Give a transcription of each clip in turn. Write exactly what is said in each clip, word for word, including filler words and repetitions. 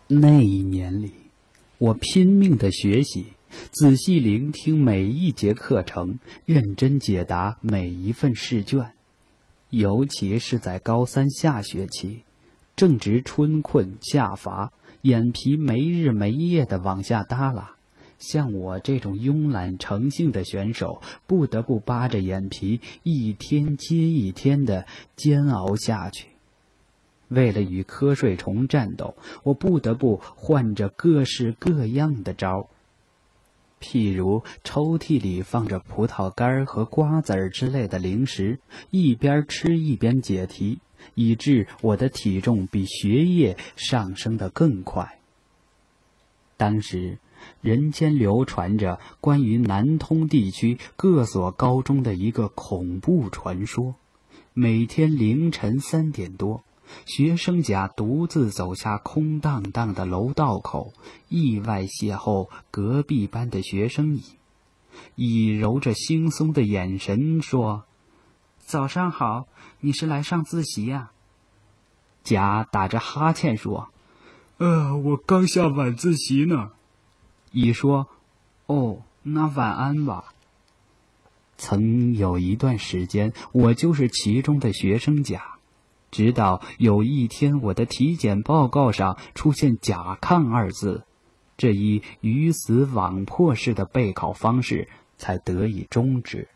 那一年里，我拼命地学习，仔细聆听每一节课程，认真解答每一份试卷。尤其是在高三下学期，正值春困夏乏，眼皮没日没夜地往下耷拉。像我这种慵懒成性的选手，不得不扒着眼皮，一天接一天地煎熬下去。为了与瞌睡虫战斗，我不得不换着各式各样的招。譬如抽屉里放着葡萄干和瓜子儿之类的零食，一边吃一边解题，以致我的体重比学业上升得更快。当时人间流传着关于南通地区各所高中的一个恐怖传说：每天凌晨三点多，学生甲独自走下空荡荡的楼道口，意外邂逅隔壁班的学生乙。乙揉着惺忪的眼神说：“早上好，你是来上自习呀？”甲打着哈欠说：“ 呃，我刚下晚自习呢。” 乙说：“哦，那晚安吧。”曾有一段时间，我就是其中的学生甲。直到有一天，我的体检报告上出现甲亢二字，这一鱼死网破式的备考方式才得以终止。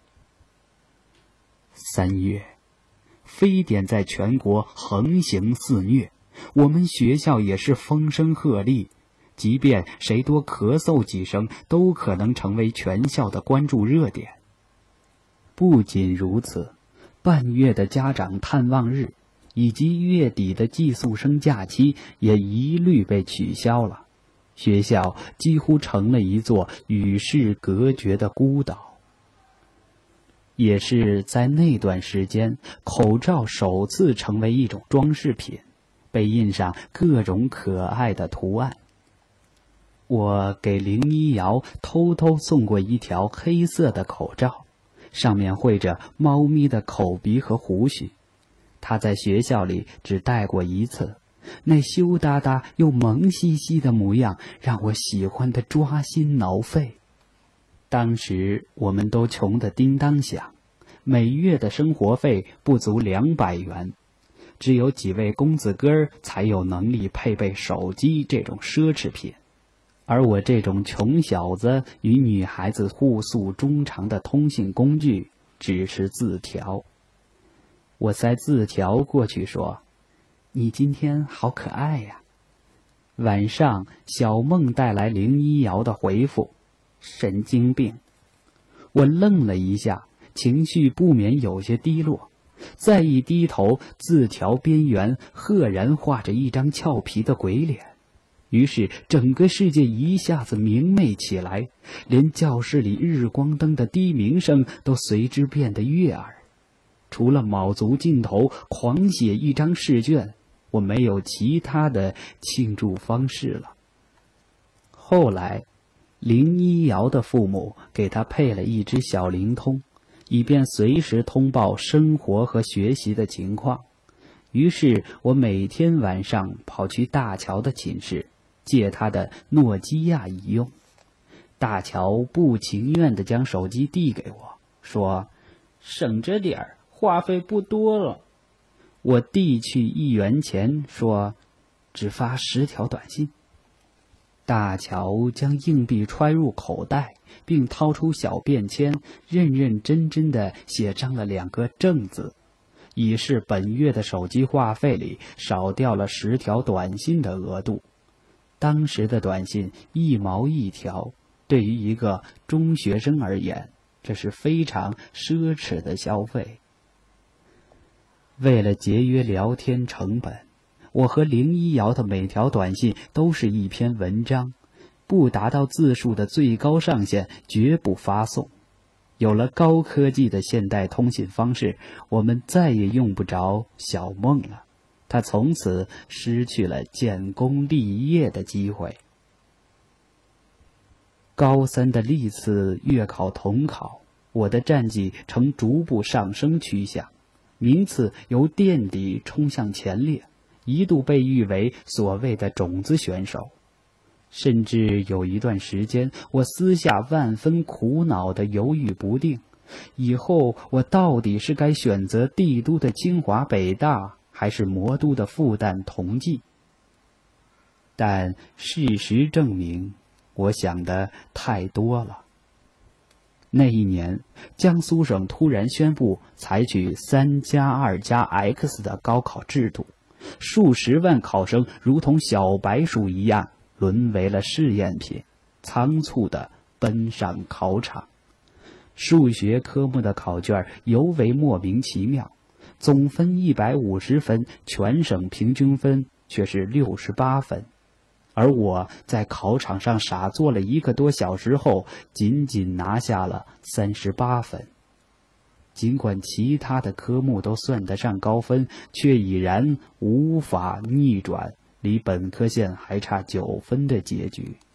三月，非典在全国横行肆虐，我们学校也是风声鹤唳，即便谁多咳嗽几声，都可能成为全校的关注热点。不仅如此，半月的家长探望日以及月底的寄宿生假期也一律被取消了，学校几乎成了一座与世隔绝的孤岛。也是在那段时间，口罩首次成为一种装饰品，被印上各种可爱的图案。我给林一瑶偷偷送过一条黑色的口罩，上面绘着猫咪的口鼻和胡须。他在学校里只戴过一次，那羞答答又萌兮兮的模样让我喜欢得抓心挠肺。当时我们都穷得叮当响，每月的生活费不足两百元，只有几位公子哥儿才有能力配备手机这种奢侈品。而我这种穷小子与女孩子互诉衷肠的通信工具只是字条。我塞字条过去说：“你今天好可爱呀。”晚上，小梦带来林一瑶的回复：“神经病。”我愣了一下，情绪不免有些低落。再一低头，字条边缘赫然画着一张俏皮的鬼脸。于是整个世界一下子明媚起来，连教室里日光灯的低鸣声都随之变得悦耳。除了卯足劲头狂写一张试卷，我没有其他的庆祝方式了。后来，林一瑶的父母给他配了一只小灵通，以便随时通报生活和学习的情况。于是我每天晚上跑去大乔的寝室，借他的诺基亚一用。大乔不情愿地将手机递给我，说：“省着点儿，话费不多了。”我递去一元钱，说：“只发十条短信。”大乔将硬币揣入口袋，并掏出小便签，认认真真地写上了两个正字，以示本月的手机话费里少掉了十条短信的额度。当时的短信一毛一条，对于一个中学生而言，这是非常奢侈的消费。为了节约聊天成本，我和林一瑶的每条短信都是一篇文章，不达到字数的最高上限绝不发送。有了高科技的现代通信方式，我们再也用不着小梦了，她从此失去了建功立业的机会。高三的历次月考统考，我的战绩呈逐步上升趋向，名次由垫底冲向前列， 一度被誉为所谓的种子选手。甚至有一段时间，我私下万分苦恼地犹豫不定，以后我到底是该选择帝都的清华北大，还是魔都的复旦同济？但事实证明，我想的太多了。那一年，江苏省突然宣布采取三加二加 X 的高考制度，数十万考生如同小白鼠一样沦为了试验品，仓促地奔上考场。数学科目的考卷尤为莫名其妙，总分一百五十分，全省平均分却是六十八分。而我在考场上傻坐了一个多小时后，仅仅拿下了三十八分。尽管其他的科目都算得上高分，却已然无法逆转离本科线还差九分的结局。